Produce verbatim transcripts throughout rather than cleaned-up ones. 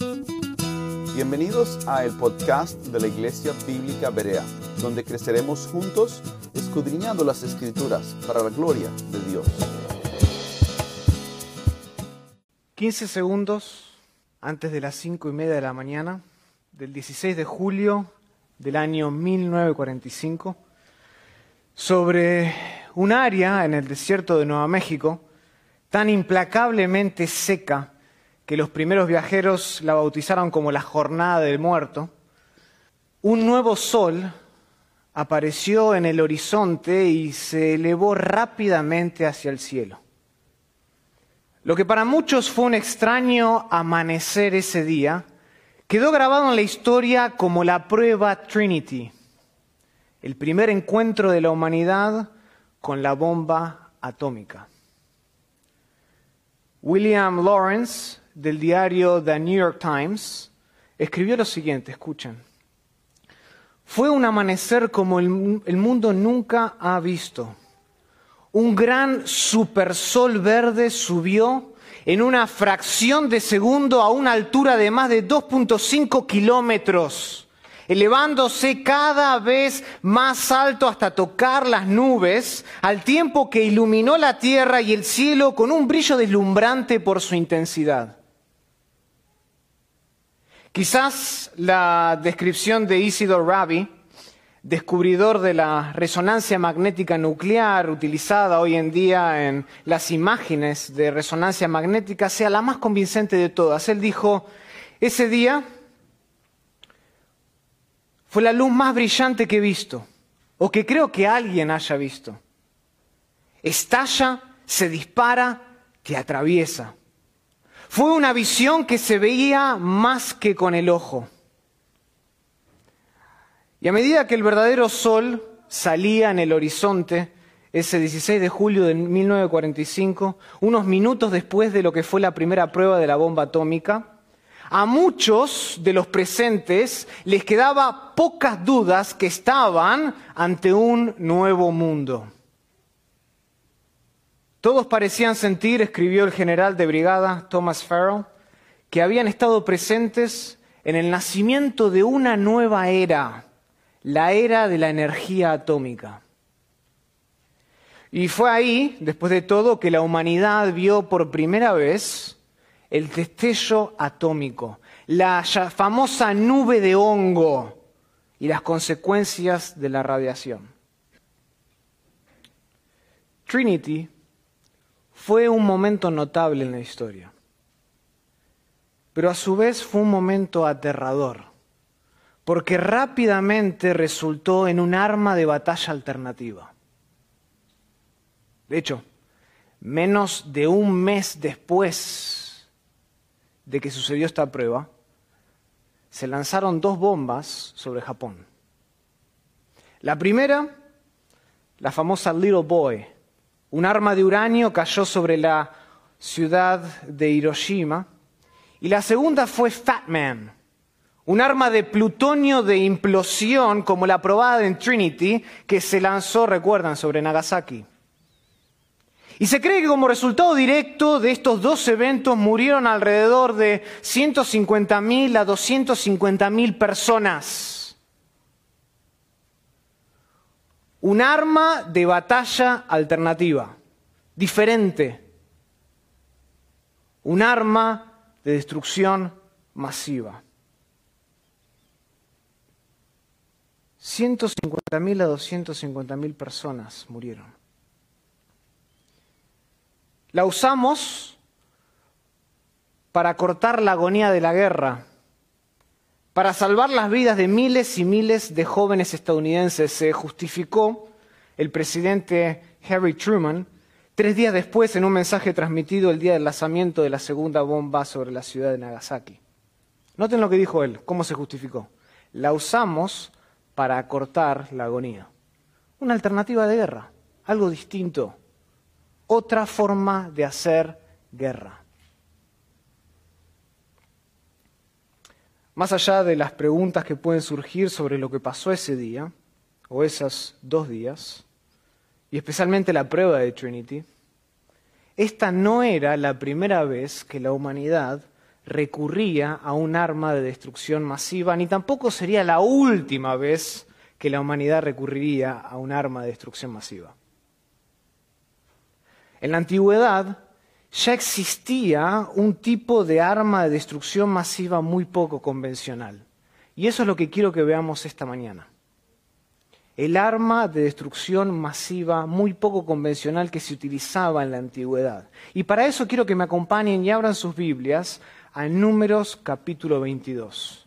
Bienvenidos a el podcast de la Iglesia Bíblica Berea, donde creceremos juntos escudriñando las Escrituras para la gloria de Dios. quince segundos antes de las cinco y media de la mañana del dieciséis de julio del año mil novecientos cuarenta y cinco, sobre un área en el desierto de Nueva México tan implacablemente seca que los primeros viajeros la bautizaron como la Jornada del Muerto, un nuevo sol apareció en el horizonte y se elevó rápidamente hacia el cielo. Lo que para muchos fue un extraño amanecer ese día, quedó grabado en la historia como la prueba Trinity, el primer encuentro de la humanidad con la bomba atómica. William Lawrence, del diario The New York Times, escribió lo siguiente, escuchen. Fue un amanecer como el, el mundo nunca ha visto. Un gran supersol verde subió en una fracción de segundo a una altura de más de dos punto cinco kilómetros, elevándose cada vez más alto hasta tocar las nubes, al tiempo que iluminó la tierra y el cielo con un brillo deslumbrante por su intensidad. Quizás la descripción de Isidore Rabi, descubridor de la resonancia magnética nuclear utilizada hoy en día en las imágenes de resonancia magnética, sea la más convincente de todas. Él dijo, ese día fue la luz más brillante que he visto, o que creo que alguien haya visto. Estalla, se dispara, te atraviesa. Fue una visión que se veía más que con el ojo. Y a medida que el verdadero sol salía en el horizonte, ese dieciséis de julio de mil novecientos cuarenta y cinco, unos minutos después de lo que fue la primera prueba de la bomba atómica, a muchos de los presentes les quedaba pocas dudas que estaban ante un nuevo mundo. Todos parecían sentir, escribió el general de brigada Thomas Farrell, que habían estado presentes en el nacimiento de una nueva era, la era de la energía atómica. Y fue ahí, después de todo, que la humanidad vio por primera vez el destello atómico, la famosa nube de hongo y las consecuencias de la radiación. Trinity fue un momento notable en la historia, pero a su vez fue un momento aterrador, porque rápidamente resultó en un arma de batalla alternativa. De hecho, menos de un mes después de que sucedió esta prueba, se lanzaron dos bombas sobre Japón. La primera, la famosa Little Boy, un arma de uranio cayó sobre la ciudad de Hiroshima, y la segunda fue Fat Man, un arma de plutonio de implosión como la probada en Trinity, que se lanzó, recuerdan, sobre Nagasaki. Y se cree que como resultado directo de estos dos eventos murieron alrededor de ciento cincuenta mil a doscientas cincuenta mil personas. Un arma de batalla alternativa, diferente. Un arma de destrucción masiva. ciento cincuenta mil a doscientas cincuenta mil personas murieron. La usamos para cortar la agonía de la guerra, para salvar las vidas de miles y miles de jóvenes estadounidenses. Se justificó el presidente Harry Truman tres días después en un mensaje transmitido el día del lanzamiento de la segunda bomba sobre la ciudad de Nagasaki. Noten lo que dijo él, cómo se justificó. La usamos para acortar la agonía. Una alternativa de guerra, algo distinto, otra forma de hacer guerra. Más allá de las preguntas que pueden surgir sobre lo que pasó ese día, o esos dos días, y especialmente la prueba de Trinity, esta no era la primera vez que la humanidad recurría a un arma de destrucción masiva, ni tampoco sería la última vez que la humanidad recurriría a un arma de destrucción masiva. En la antigüedad ya existía un tipo de arma de destrucción masiva muy poco convencional. Y eso es lo que quiero que veamos esta mañana. El arma de destrucción masiva muy poco convencional que se utilizaba en la antigüedad. Y para eso quiero que me acompañen y abran sus Biblias a Números capítulo veintidós.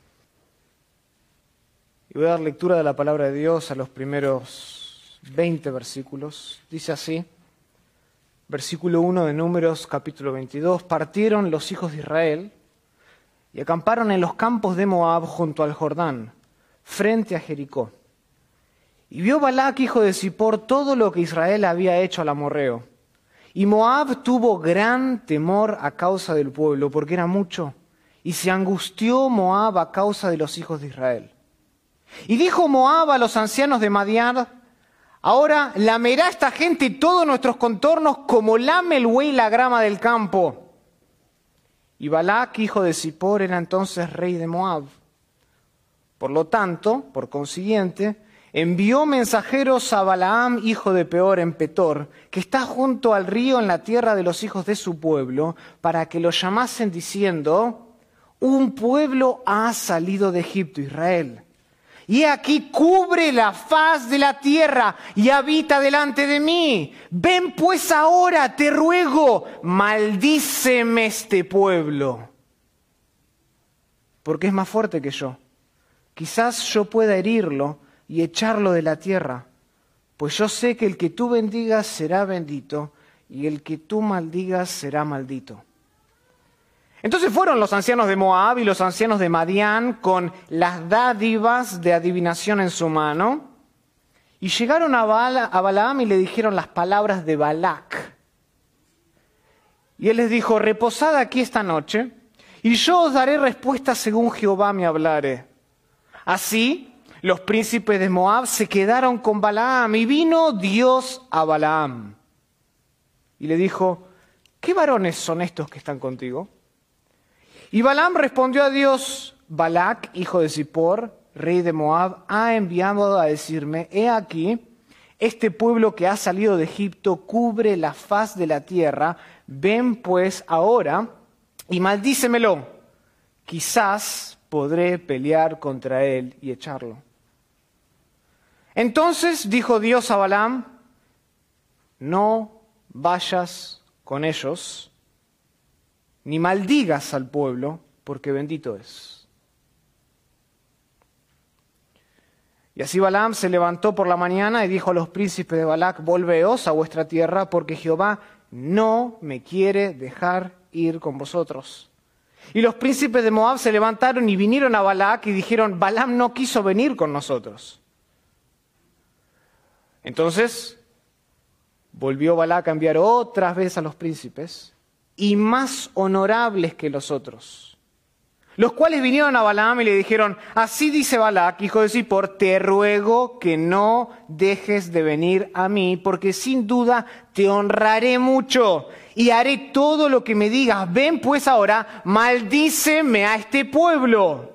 Y voy a dar lectura de la palabra de Dios a los primeros veinte versículos. Dice así, versículo uno de Números capítulo veintidós. Partieron los hijos de Israel y acamparon en los campos de Moab junto al Jordán, frente a Jericó. Y vio Balac, hijo de Zippor, todo lo que Israel había hecho al amorreo. Y Moab tuvo gran temor a causa del pueblo, porque era mucho, y se angustió Moab a causa de los hijos de Israel. Y dijo Moab a los ancianos de Madián, ahora lamerá esta gente todos nuestros contornos como lame el buey la grama del campo. Y Balac, hijo de Zippor, era entonces rey de Moab. Por lo tanto, por consiguiente, envió mensajeros a Balaam, hijo de Peor, en Petor, que está junto al río en la tierra de los hijos de su pueblo, para que lo llamasen diciendo, un pueblo ha salido de Egipto, Israel. Y aquí cubre la faz de la tierra y habita delante de mí. Ven pues ahora, te ruego, maldíceme este pueblo, porque es más fuerte que yo. Quizás yo pueda herirlo y echarlo de la tierra, pues yo sé que el que tú bendigas será bendito y el que tú maldigas será maldito. Entonces fueron los ancianos de Moab y los ancianos de Madián con las dádivas de adivinación en su mano y llegaron a, Bala, a Balaam y le dijeron las palabras de Balac. Y él les dijo, reposad aquí esta noche y yo os daré respuesta según Jehová me hablare. Así los príncipes de Moab se quedaron con Balaam y vino Dios a Balaam. Y le dijo, ¿qué varones son estos que están contigo? Y Balaam respondió a Dios, Balac, hijo de Zippor, rey de Moab, ha enviado a decirme, he aquí, este pueblo que ha salido de Egipto cubre la faz de la tierra, ven pues ahora y maldícemelo, quizás podré pelear contra él y echarlo. Entonces dijo Dios a Balaam, no vayas con ellos, ni maldigas al pueblo, porque bendito es. Y así Balaam se levantó por la mañana y dijo a los príncipes de Balac, volveos a vuestra tierra, porque Jehová no me quiere dejar ir con vosotros. Y los príncipes de Moab se levantaron y vinieron a Balac y dijeron, Balaam no quiso venir con nosotros. Entonces volvió Balac a enviar otras veces a los príncipes, y más honorables que los otros, los cuales vinieron a Balaam y le dijeron, así dice Balac, hijo de Zippor, te ruego que no dejes de venir a mí, porque sin duda te honraré mucho y haré todo lo que me digas. Ven pues ahora, maldíceme a este pueblo.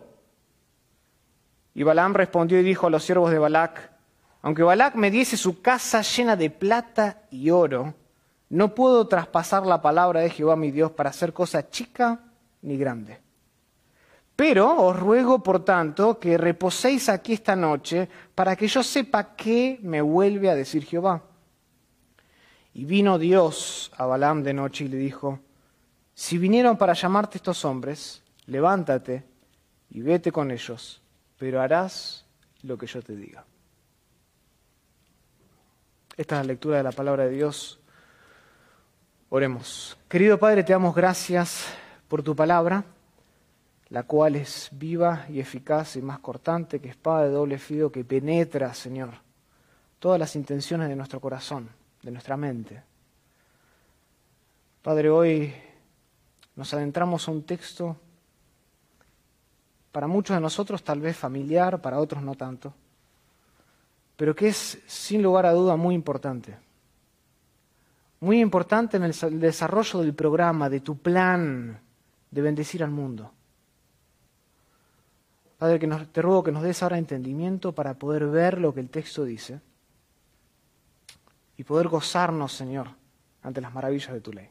Y Balaam respondió y dijo a los siervos de Balac, aunque Balac me diese su casa llena de plata y oro, no puedo traspasar la palabra de Jehová mi Dios para hacer cosa chica ni grande. Pero os ruego, por tanto, que reposéis aquí esta noche para que yo sepa qué me vuelve a decir Jehová. Y vino Dios a Balaam de noche y le dijo, si vinieron para llamarte estos hombres, levántate y vete con ellos, pero harás lo que yo te diga. Esta es la lectura de la palabra de Dios. Oremos. Querido Padre, te damos gracias por tu palabra, la cual es viva y eficaz y más cortante que espada de doble filo que penetra, Señor, todas las intenciones de nuestro corazón, de nuestra mente. Padre, hoy nos adentramos a un texto para muchos de nosotros tal vez familiar, para otros no tanto, pero que es sin lugar a duda muy importante. Muy importante en el desarrollo del programa, de tu plan de bendecir al mundo. Padre, que nos, te ruego que nos des ahora entendimiento para poder ver lo que el texto dice y poder gozarnos, Señor, ante las maravillas de tu ley.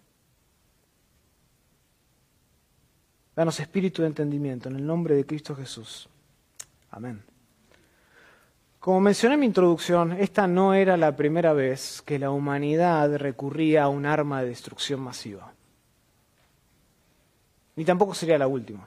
Danos espíritu de entendimiento en el nombre de Cristo Jesús. Amén. Como mencioné en mi introducción, esta no era la primera vez que la humanidad recurría a un arma de destrucción masiva. Ni tampoco sería la última.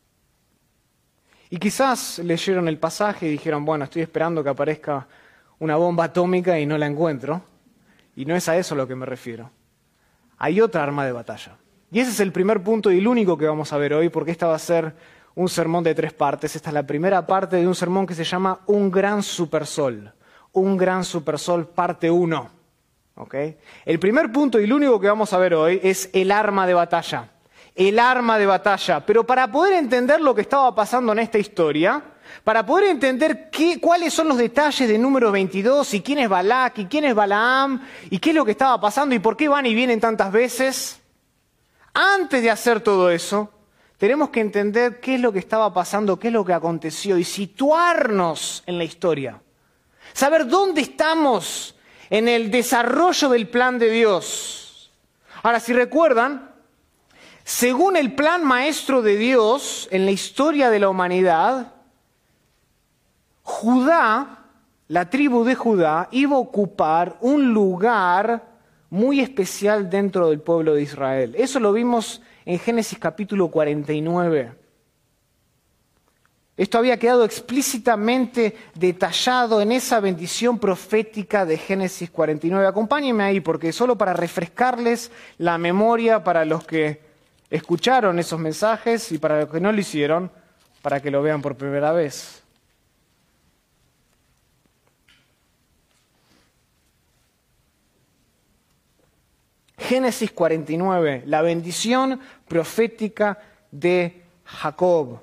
Y quizás leyeron el pasaje y dijeron, bueno, estoy esperando que aparezca una bomba atómica y no la encuentro. Y no es a eso a lo que me refiero. Hay otra arma de batalla. Y ese es el primer punto y el único que vamos a ver hoy, porque esta va a ser un sermón de tres partes. Esta es la primera parte de un sermón que se llama Un Gran Supersol. Un Gran Supersol, parte uno. ¿Okay? El primer punto y el único que vamos a ver hoy es el arma de batalla. El arma de batalla. Pero para poder entender lo que estaba pasando en esta historia, para poder entender qué, cuáles son los detalles de número veintidós, y quién es Balac, y quién es Balaam, y qué es lo que estaba pasando, y por qué van y vienen tantas veces, antes de hacer todo eso, tenemos que entender qué es lo que estaba pasando, qué es lo que aconteció, y situarnos en la historia. Saber dónde estamos en el desarrollo del plan de Dios. Ahora, si recuerdan, según el plan maestro de Dios en la historia de la humanidad, Judá, la tribu de Judá, iba a ocupar un lugar muy especial dentro del pueblo de Israel. Eso lo vimos en Génesis capítulo cuarenta y nueve. Esto había quedado explícitamente detallado en esa bendición profética de Génesis cuarenta y nueve. Acompáñenme ahí, porque solo para refrescarles la memoria para los que escucharon esos mensajes y para los que no lo hicieron, para que lo vean por primera vez. Génesis cuarenta y nueve, la bendición profética de Jacob.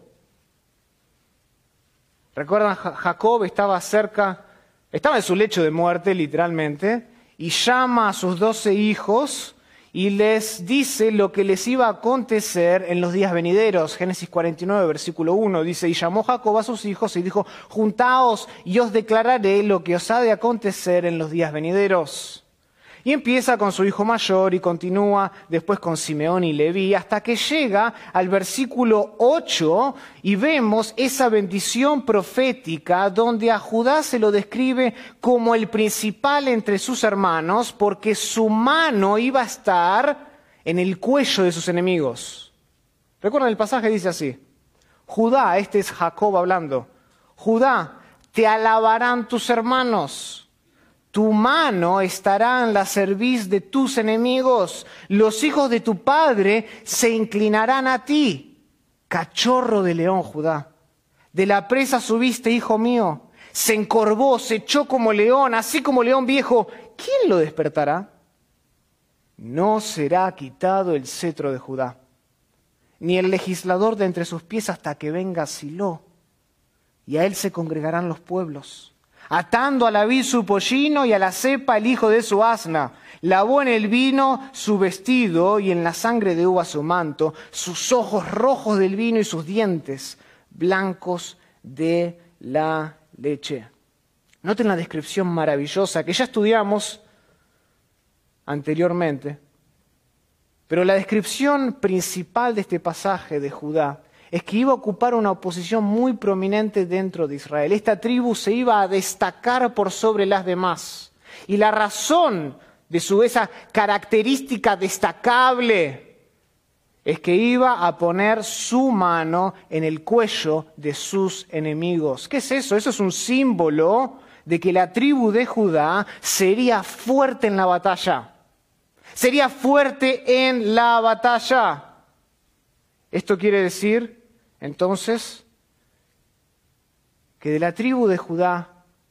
¿Recuerdan? Jacob estaba cerca, estaba en su lecho de muerte, literalmente, y llama a sus doce hijos y les dice lo que les iba a acontecer en los días venideros. Génesis cuarenta y nueve, versículo uno, dice, y llamó Jacob a sus hijos y dijo, juntaos y os declararé lo que os ha de acontecer en los días venideros. Y empieza con su hijo mayor y continúa después con Simeón y Leví hasta que llega al versículo ocho y vemos esa bendición profética donde a Judá se lo describe como el principal entre sus hermanos porque su mano iba a estar en el cuello de sus enemigos. ¿Recuerdan el pasaje? Dice así, Judá, este es Jacob hablando, Judá, te alabarán tus hermanos. Tu mano estará en la cerviz de tus enemigos. Los hijos de tu padre se inclinarán a ti. Cachorro de león, Judá. De la presa subiste, hijo mío. Se encorvó, se echó como león, así como león viejo. ¿Quién lo despertará? No será quitado el cetro de Judá, ni el legislador de entre sus pies hasta que venga Silo. Y a él se congregarán los pueblos. Atando a la vid su pollino y a la cepa el hijo de su asna. Lavó en el vino su vestido y en la sangre de uva su manto, sus ojos rojos del vino y sus dientes blancos de la leche. Noten la descripción maravillosa que ya estudiamos anteriormente, pero la descripción principal de este pasaje de Judá es que iba a ocupar una posición muy prominente dentro de Israel. Esta tribu se iba a destacar por sobre las demás. Y la razón de su esa característica destacable es que iba a poner su mano en el cuello de sus enemigos. ¿Qué es eso? Eso es un símbolo de que la tribu de Judá sería fuerte en la batalla. Sería fuerte en la batalla. Esto quiere decir, entonces, que de la tribu de Judá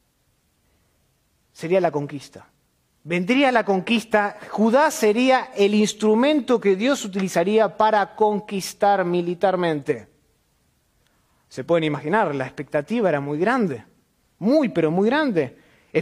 sería la conquista. Vendría la conquista, Judá sería el instrumento que Dios utilizaría para conquistar militarmente. Se pueden imaginar, la expectativa era muy grande, muy pero muy grande.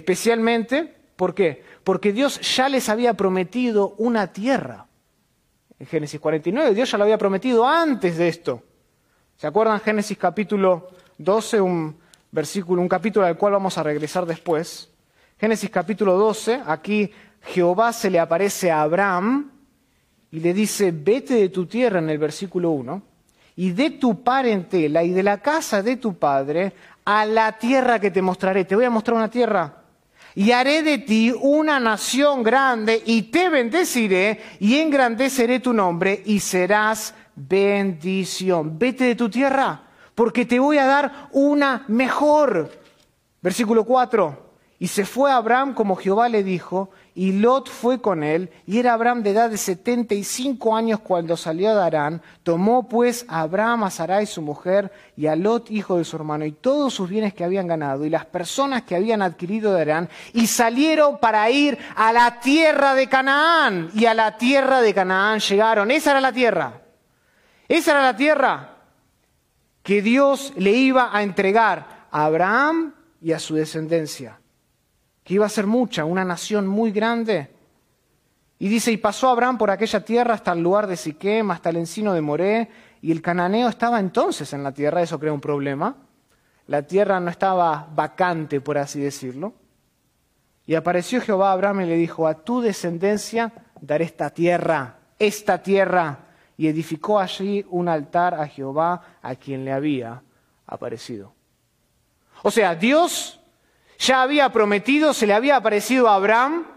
Especialmente, ¿por qué? Porque Dios ya les había prometido una tierra. en Génesis cuarenta y nueve. Dios ya lo había prometido antes de esto. ¿Se acuerdan? Génesis capítulo doce, un versículo, un capítulo al cual vamos a regresar después. Génesis capítulo doce, aquí Jehová se le aparece a Abraham y le dice, vete de tu tierra en el versículo uno, y de tu parentela y de la casa de tu padre a la tierra que te mostraré. Te voy a mostrar una tierra. Y haré de ti una nación grande y te bendeciré y engrandeceré tu nombre y serás bendición. Vete de tu tierra porque te voy a dar una mejor. Versículo cuatro. Y se fue Abraham como Jehová le dijo, y Lot fue con él, y era Abraham de edad de setenta y cinco años cuando salió de Harán. Tomó pues a Abraham a Sarai su mujer, y a Lot hijo de su hermano, y todos sus bienes que habían ganado, y las personas que habían adquirido de Harán, y salieron para ir a la tierra de Canaán, y a la tierra de Canaán llegaron. Esa era la tierra, esa era la tierra que Dios le iba a entregar a Abraham y a su descendencia, que iba a ser mucha, una nación muy grande. Y dice, y pasó Abraham por aquella tierra hasta el lugar de Siquem, hasta el encino de Moré, y el cananeo estaba entonces en la tierra. Eso crea un problema. La tierra no estaba vacante, por así decirlo. Y apareció Jehová a Abraham y le dijo, a tu descendencia daré esta tierra, esta tierra. Y edificó allí un altar a Jehová, a quien le había aparecido. O sea, Dios ya había prometido, se le había aparecido a Abraham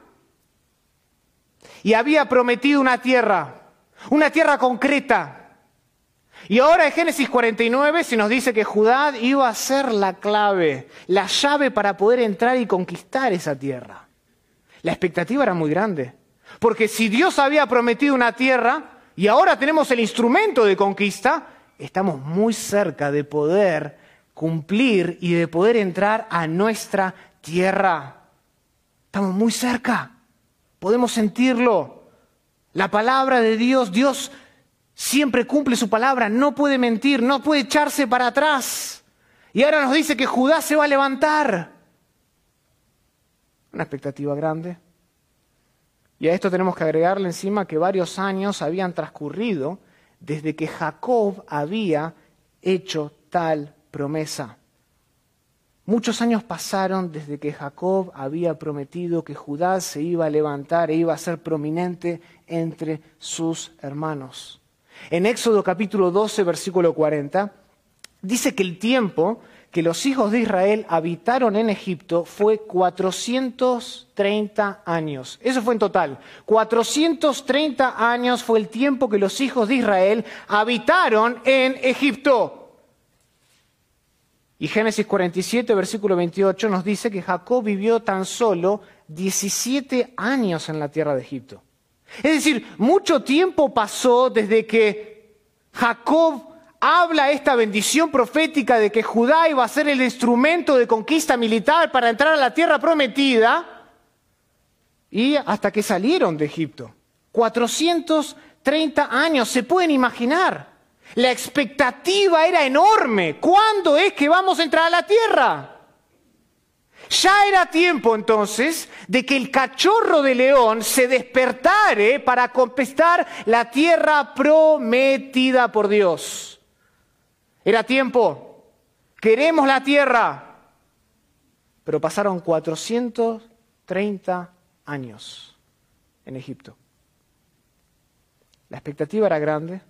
y había prometido una tierra, una tierra concreta. Y ahora en Génesis cuarenta y nueve se nos dice que Judá iba a ser la clave, la llave para poder entrar y conquistar esa tierra. La expectativa era muy grande, porque si Dios había prometido una tierra y ahora tenemos el instrumento de conquista, estamos muy cerca de poder cumplir y de poder entrar a nuestra tierra. Estamos muy cerca, podemos sentirlo. La palabra de Dios, Dios siempre cumple su palabra, no puede mentir, no puede echarse para atrás. Y ahora nos dice que Judá se va a levantar. Una expectativa grande. Y a esto tenemos que agregarle encima que varios años habían transcurrido desde que Jacob había hecho tal promesa. Muchos años pasaron desde que Jacob había prometido que Judá se iba a levantar e iba a ser prominente entre sus hermanos. En Éxodo capítulo doce, versículo cuarenta, dice que el tiempo que los hijos de Israel habitaron en Egipto fue cuatrocientos treinta años. Eso fue en total. cuatrocientos treinta años fue el tiempo que los hijos de Israel habitaron en Egipto. Y Génesis cuarenta y siete, versículo veintiocho, nos dice que Jacob vivió tan solo diecisiete años en la tierra de Egipto. Es decir, mucho tiempo pasó desde que Jacob habla esta bendición profética de que Judá iba a ser el instrumento de conquista militar para entrar a la tierra prometida, y hasta que salieron de Egipto. cuatrocientos treinta años, ¿se pueden imaginar? La expectativa era enorme. ¿Cuándo es que vamos a entrar a la tierra? Ya era tiempo entonces de que el cachorro de león se despertare para conquistar la tierra prometida por Dios. Era tiempo. Queremos la tierra. Pero pasaron cuatrocientos treinta años en Egipto. La expectativa era grande.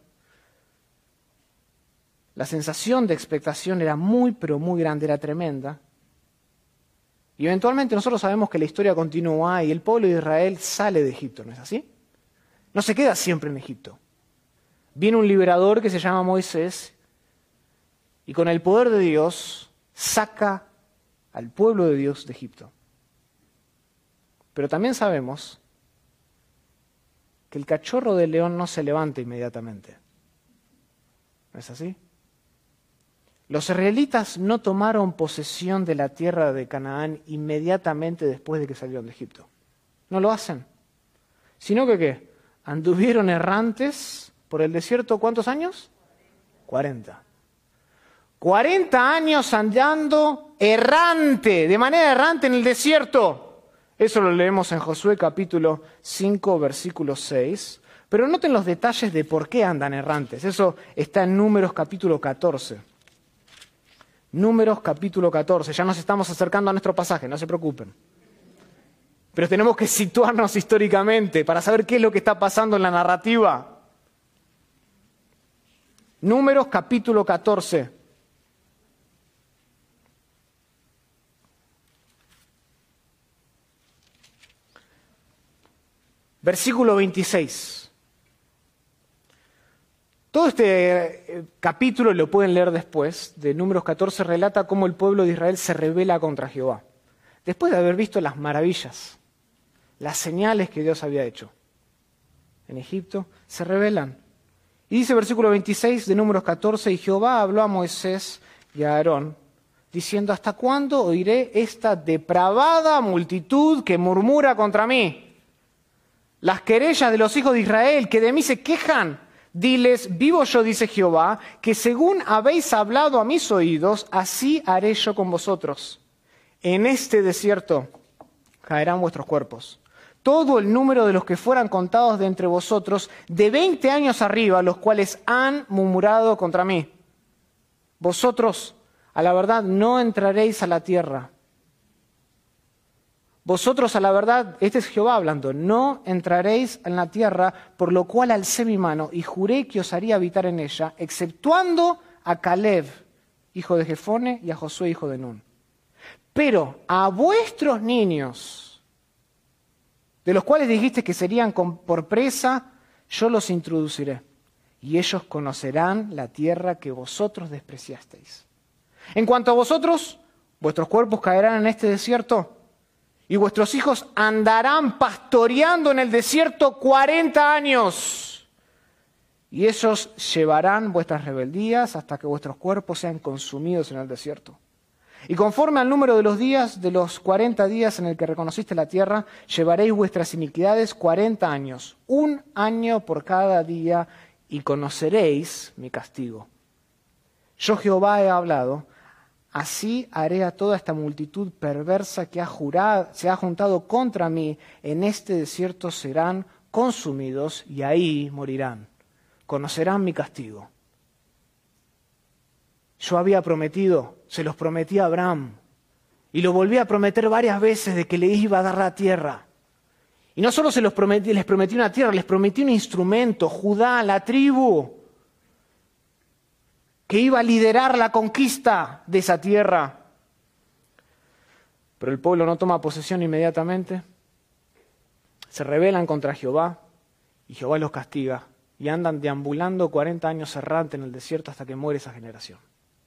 La sensación de expectación era muy, pero muy grande, era tremenda. Y eventualmente nosotros sabemos que la historia continúa y el pueblo de Israel sale de Egipto, ¿no es así? No se queda siempre en Egipto. Viene un liberador que se llama Moisés y con el poder de Dios saca al pueblo de Dios de Egipto. Pero también sabemos que el cachorro del león no se levanta inmediatamente. ¿No es así? Los israelitas no tomaron posesión de la tierra de Canaán inmediatamente después de que salieron de Egipto. No lo hacen. Sino que, ¿qué? Anduvieron errantes por el desierto, ¿cuántos años? cuarenta. cuarenta años andando errante, de manera errante en el desierto. Eso lo leemos en Josué capítulo cinco, versículo seis. Pero noten los detalles de por qué andan errantes. Eso está en Números capítulo catorce. Números capítulo catorce. Ya nos estamos acercando a nuestro pasaje, no se preocupen. Pero tenemos que situarnos históricamente para saber qué es lo que está pasando en la narrativa. Números capítulo catorce. Versículo veintiséis. Todo este capítulo, lo pueden leer después, de Números catorce, relata cómo el pueblo de Israel se rebela contra Jehová. Después de haber visto las maravillas, las señales que Dios había hecho en Egipto, se rebelan. Y dice versículo veintiséis de Números catorce, y Jehová habló a Moisés y a Aarón, diciendo, ¿hasta cuándo oiré esta depravada multitud que murmura contra mí? Las querellas de los hijos de Israel que de mí se quejan. Diles, vivo yo, dice Jehová, que según habéis hablado a mis oídos, así haré yo con vosotros. En este desierto caerán vuestros cuerpos. Todo el número de los que fueran contados de entre vosotros, de veinte años arriba, los cuales han murmurado contra mí. Vosotros, a la verdad, no entraréis a la tierra. Vosotros, a la verdad, este es Jehová hablando, no entraréis en la tierra, por lo cual alcé mi mano y juré que os haría habitar en ella, exceptuando a Caleb, hijo de Jefone, y a Josué, hijo de Nun. Pero a vuestros niños, de los cuales dijiste que serían con, por presa, yo los introduciré, y ellos conocerán la tierra que vosotros despreciasteis. En cuanto a vosotros, vuestros cuerpos caerán en este desierto, y vuestros hijos andarán pastoreando en el desierto cuarenta años. Y ellos llevarán vuestras rebeldías hasta que vuestros cuerpos sean consumidos en el desierto. Y conforme al número de los días, de los cuarenta días en el que reconociste la tierra, llevaréis vuestras iniquidades cuarenta años, un año por cada día, y conoceréis mi castigo. Yo Jehová he hablado. Así haré a toda esta multitud perversa que ha jurado, se ha juntado contra mí, en este desierto serán consumidos y ahí morirán. Conocerán mi castigo. Yo había prometido, se los prometí a Abraham, y lo volví a prometer varias veces de que le iba a dar la tierra. Y no solo se los prometí, les prometí una tierra, les prometí un instrumento, Judá, la tribu, que iba a liderar la conquista de esa tierra. Pero el pueblo no toma posesión inmediatamente, se rebelan contra Jehová y Jehová los castiga y andan deambulando cuarenta años errante en el desierto hasta que muere esa generación.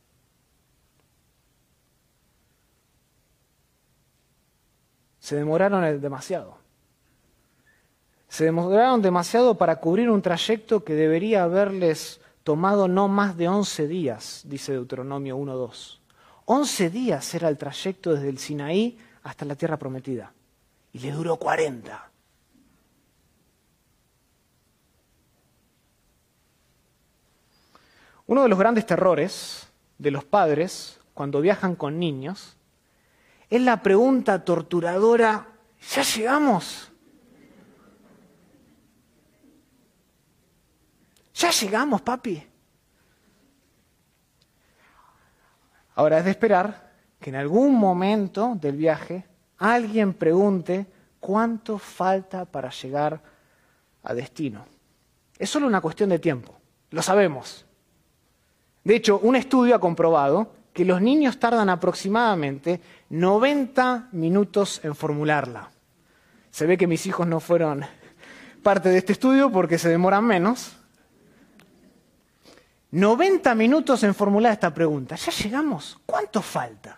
Se demoraron demasiado. Se demoraron demasiado para cubrir un trayecto que debería haberles tomado no más de once días, dice Deuteronomio uno dos. Once días era el trayecto desde el Sinaí hasta la tierra prometida. Y le duró cuarenta. Uno de los grandes terrores de los padres cuando viajan con niños es la pregunta torturadora, ¿ya llegamos? ¿Ya llegamos, papi? Ahora es de esperar que en algún momento del viaje alguien pregunte cuánto falta para llegar a destino. Es solo una cuestión de tiempo, lo sabemos. De hecho, un estudio ha comprobado que los niños tardan aproximadamente noventa minutos en formularla. Se ve que mis hijos no fueron parte de este estudio porque se demoran menos. noventa minutos en formular esta pregunta. ¿Ya llegamos? ¿Cuánto falta?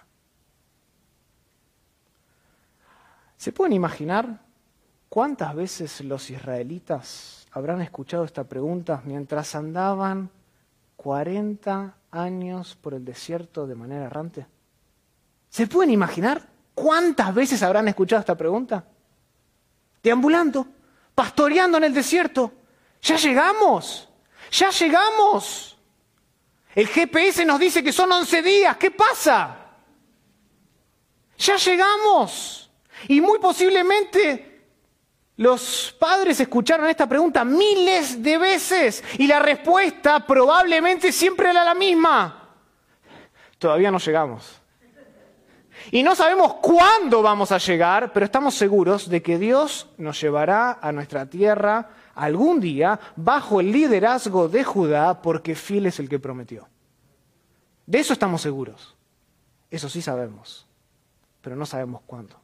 ¿Se pueden imaginar cuántas veces los israelitas habrán escuchado esta pregunta mientras andaban cuarenta años por el desierto de manera errante? ¿Se pueden imaginar cuántas veces habrán escuchado esta pregunta? Deambulando, pastoreando en el desierto. ¿Ya llegamos? ¿Ya llegamos? El G P S nos dice que son once días. ¿Qué pasa? Ya llegamos. Y muy posiblemente Los padres escucharon esta pregunta miles de veces y la respuesta probablemente siempre era la misma. Todavía no llegamos. Y no sabemos cuándo vamos a llegar, pero estamos seguros de que Dios nos llevará a nuestra tierra algún día bajo el liderazgo de Judá, porque fiel es el que prometió. De eso estamos seguros. Eso sí sabemos, pero no sabemos cuándo.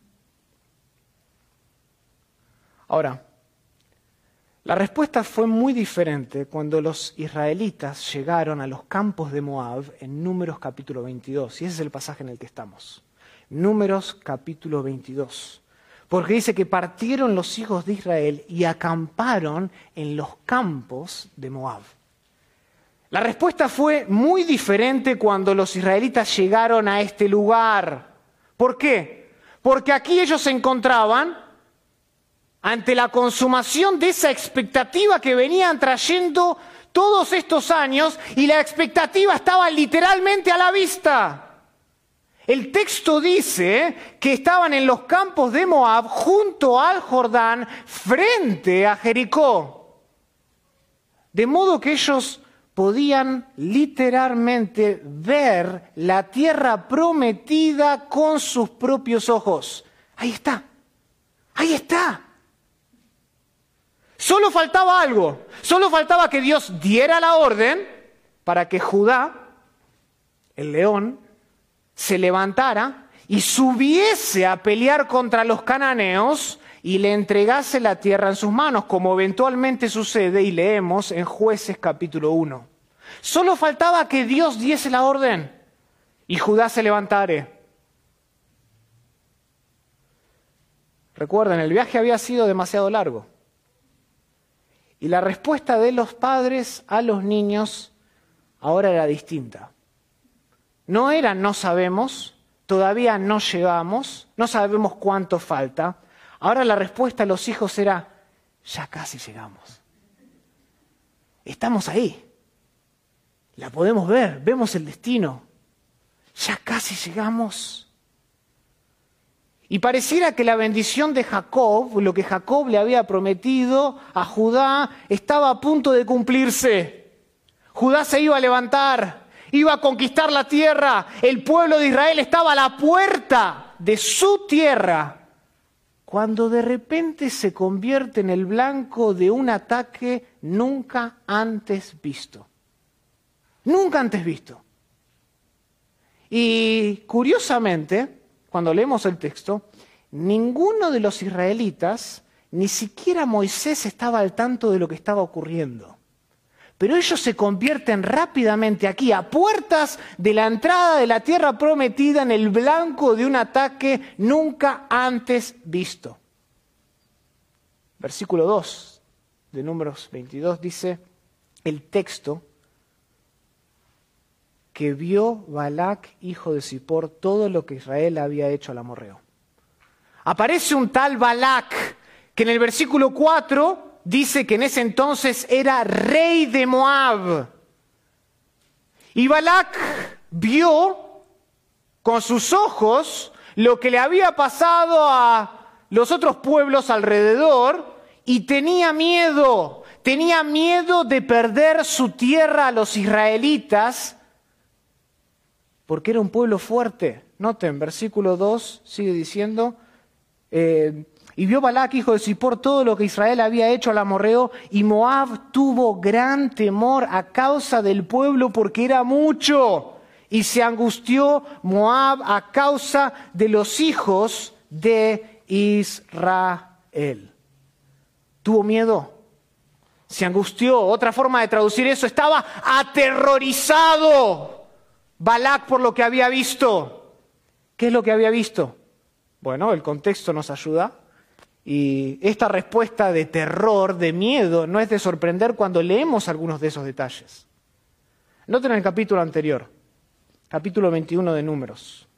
Ahora, la respuesta fue muy diferente cuando los israelitas llegaron a los campos de Moab en Números capítulo veintidós, y ese es el pasaje en el que estamos. Números capítulo veintidós, porque dice que partieron los hijos de Israel y acamparon en los campos de Moab. La respuesta fue muy diferente cuando los israelitas llegaron a este lugar. ¿Por qué? Porque aquí ellos se encontraban ante la consumación de esa expectativa que venían trayendo todos estos años, y la expectativa estaba literalmente a la vista. El texto dice que estaban en los campos de Moab, junto al Jordán, frente a Jericó. De modo que ellos podían literalmente ver la tierra prometida con sus propios ojos. Ahí está, ahí está. Solo faltaba algo, solo faltaba que Dios diera la orden para que Judá, el león, se levantara y subiese a pelear contra los cananeos y le entregase la tierra en sus manos, como eventualmente sucede y leemos en Jueces capítulo uno. Solo faltaba que Dios diese la orden y Judá se levantare. Recuerden, el viaje había sido demasiado largo. Y la respuesta de los padres a los niños ahora era distinta. No era no sabemos, todavía no llegamos, no sabemos cuánto falta. Ahora la respuesta a los hijos era ya casi llegamos. Estamos ahí. La podemos ver, vemos el destino. Ya casi llegamos. Y pareciera que la bendición de Jacob, lo que Jacob le había prometido a Judá, estaba a punto de cumplirse. Judá se iba a levantar, iba a conquistar la tierra. El pueblo de Israel estaba a la puerta de su tierra, cuando de repente se convierte en el blanco de un ataque nunca antes visto. Nunca antes visto. Y curiosamente, cuando leemos el texto, ninguno de los israelitas, ni siquiera Moisés, estaba al tanto de lo que estaba ocurriendo. Pero ellos se convierten rápidamente aquí, a puertas de la entrada de la tierra prometida, en el blanco de un ataque nunca antes visto. Versículo dos de Números veintidós dice el texto: que vio Balac, hijo de Zippor, todo lo que Israel había hecho al amorreo. Aparece un tal Balac, que en el versículo cuatro dice que en ese entonces era rey de Moab. Y Balac vio con sus ojos lo que le había pasado a los otros pueblos alrededor y tenía miedo, tenía miedo de perder su tierra a los israelitas, porque era un pueblo fuerte. Noten, versículo dos sigue diciendo, eh, y vio Balac, hijo de Zippor, todo lo que Israel había hecho al amorreo, y Moab tuvo gran temor a causa del pueblo, porque era mucho, y se angustió Moab a causa de los hijos de Israel. Tuvo miedo, se angustió. Otra forma de traducir eso: estaba aterrorizado Balac por lo que había visto. ¿Qué es lo que había visto? Bueno, el contexto nos ayuda. Y esta respuesta de terror, de miedo, no es de sorprender cuando leemos algunos de esos detalles. Noten el capítulo anterior, capítulo veintiuno de Números.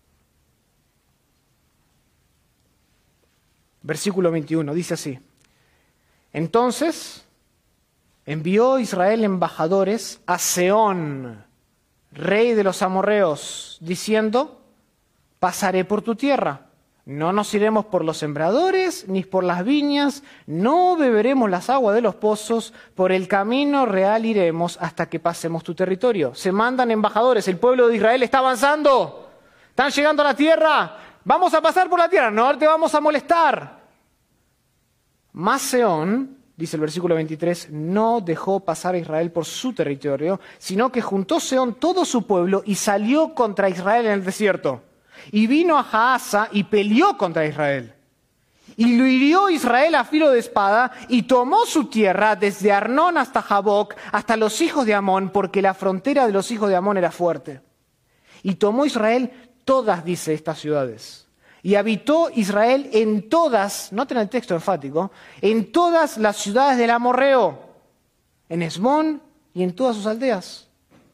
Versículo veintiuno, dice así: entonces envió Israel embajadores a Sehón, rey de los amorreos, diciendo: pasaré por tu tierra, no nos iremos por los sembradores ni por las viñas, no beberemos las aguas de los pozos, por el camino real iremos hasta que pasemos tu territorio. Se mandan embajadores, el pueblo de Israel está avanzando, están llegando a la tierra, vamos a pasar por la tierra, no te vamos a molestar. Mas Sehón, dice el versículo veintitrés, no dejó pasar a Israel por su territorio, sino que juntó Sehón todo su pueblo y salió contra Israel en el desierto. Y vino a Jaasa y peleó contra Israel. Y lo hirió Israel a filo de espada y tomó su tierra desde Arnón hasta Jaboc, hasta los hijos de Amón, porque la frontera de los hijos de Amón era fuerte. Y tomó Israel todas, dice, estas ciudades. Y habitó Israel en todas, noten el texto enfático, en todas las ciudades del amorreo, en Hesbón y en todas sus aldeas.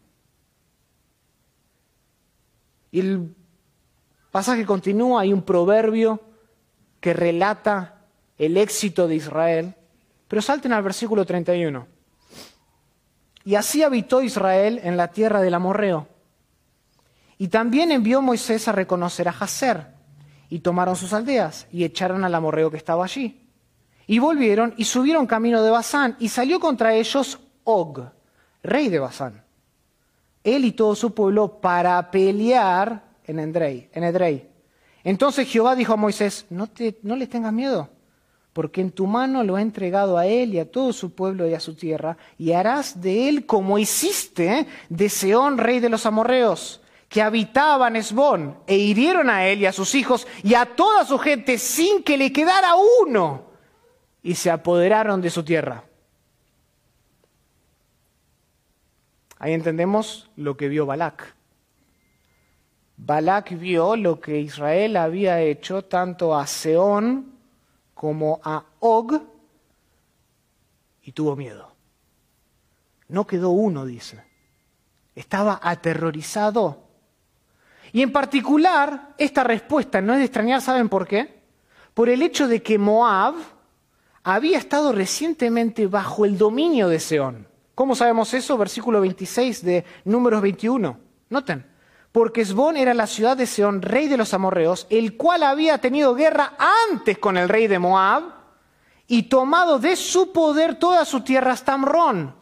Y el pasaje continúa, hay un proverbio que relata el éxito de Israel, pero salten al versículo treinta y uno. Y así habitó Israel en la tierra del amorreo. Y también envió Moisés a reconocer a Jazer, y tomaron sus aldeas, y echaron al amorreo que estaba allí. Y volvieron y subieron camino de Basán, y salió contra ellos Og, rey de Basán, él y todo su pueblo, para pelear en Edrei, en Edrei. Entonces Jehová dijo a Moisés, no, te, no le tengas miedo, porque en tu mano lo he entregado a él y a todo su pueblo y a su tierra, y harás de él como hiciste de Sehón, rey de los amorreos, que habitaba en Hesbón, e hirieron a él y a sus hijos y a toda su gente sin que le quedara uno, y se apoderaron de su tierra. Ahí entendemos lo que vio Balac. Balac vio lo que Israel había hecho tanto a Sehón como a Og y tuvo miedo. No quedó uno, dice. Estaba aterrorizado. Y en particular, esta respuesta no es de extrañar, ¿saben por qué? Por el hecho de que Moab había estado recientemente bajo el dominio de Sehón. ¿Cómo sabemos eso? Versículo veintiséis de Números veintiuno. Noten. Porque Hesbón era la ciudad de Sehón, rey de los amorreos, el cual había tenido guerra antes con el rey de Moab y tomado de su poder toda su tierra hasta Amrón.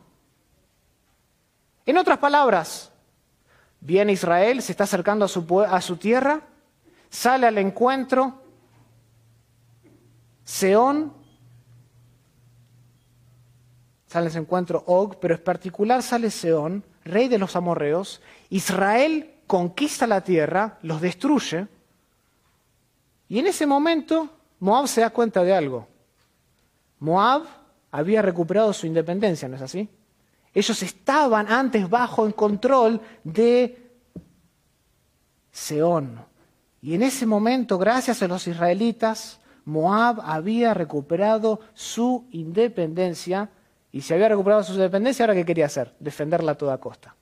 En otras palabras, viene Israel, se está acercando a su, a su tierra, sale al encuentro, Sehón, sale a ese encuentro Og, pero en particular sale Sehón, rey de los amorreos. Israel conquista la tierra, los destruye, y en ese momento Moab se da cuenta de algo. Moab había recuperado su independencia, ¿no es así? Ellos estaban antes bajo el control de Sehón. Y en ese momento, gracias a los israelitas, Moab había recuperado su independencia. Y si había recuperado su independencia, ¿ahora qué quería hacer? Defenderla a toda costa.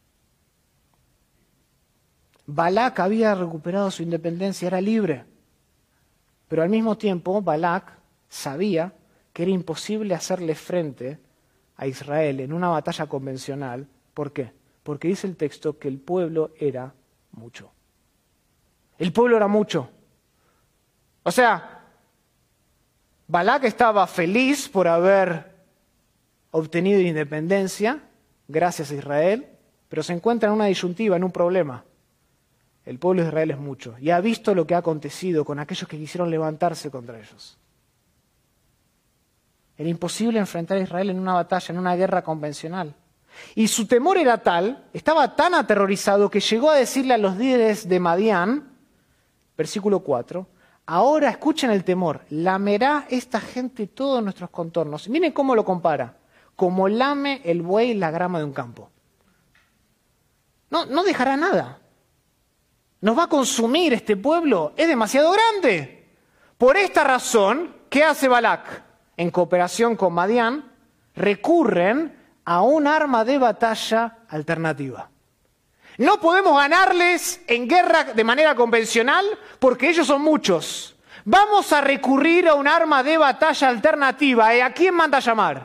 Balac había recuperado su independencia, era libre. Pero al mismo tiempo, Balac sabía que era imposible hacerle frente a Israel en una batalla convencional. ¿Por qué? Porque dice el texto que el pueblo era mucho. El pueblo era mucho. O sea, Balac estaba feliz por haber obtenido independencia, gracias a Israel, pero se encuentra en una disyuntiva, en un problema. El pueblo de Israel es mucho y ha visto lo que ha acontecido con aquellos que quisieron levantarse contra ellos. Era imposible enfrentar a Israel en una batalla, en una guerra convencional. Y su temor era tal, estaba tan aterrorizado que llegó a decirle a los líderes de Madián, versículo cuatro, ahora escuchen el temor, lamerá esta gente todos nuestros contornos. Miren cómo lo compara, como lame el buey la grama de un campo. No, no dejará nada. Nos va a consumir este pueblo, es demasiado grande. Por esta razón, ¿qué hace Balac? En cooperación con Madián, recurren a un arma de batalla alternativa. No podemos ganarles en guerra de manera convencional porque ellos son muchos. Vamos a recurrir a un arma de batalla alternativa. ¿A quién manda a llamar?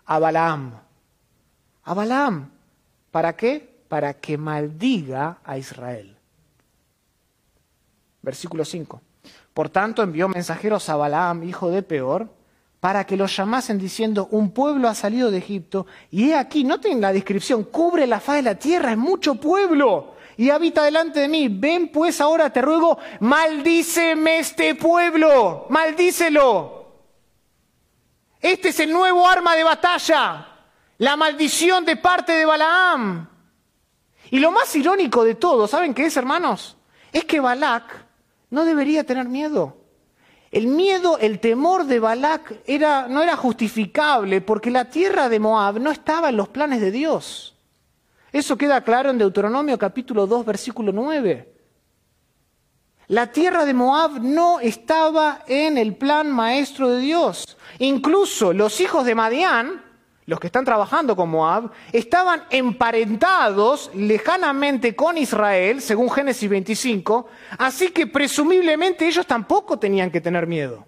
a Balaam. A Balaam. ¿Para qué? Para que maldiga a Israel. Versículo cinco. Por tanto envió mensajeros a Balaam, hijo de Peor, para que los llamasen diciendo, un pueblo ha salido de Egipto, y he aquí, noten la descripción, cubre la faz de la tierra, es mucho pueblo, y habita delante de mí. Ven pues ahora, te ruego, maldíceme este pueblo, maldícelo. Este es el nuevo arma de batalla, la maldición de parte de Balaam. Y lo más irónico de todo, ¿saben qué es, hermanos? Es que Balac no debería tener miedo. El miedo, el temor de Balac era, no era justificable porque la tierra de Moab no estaba en los planes de Dios. Eso queda claro en Deuteronomio capítulo dos, versículo nueve. La tierra de Moab no estaba en el plan maestro de Dios. Incluso los hijos de Madián, los que están trabajando con Moab, estaban emparentados lejanamente con Israel, según Génesis veinticinco, así que presumiblemente ellos tampoco tenían que tener miedo.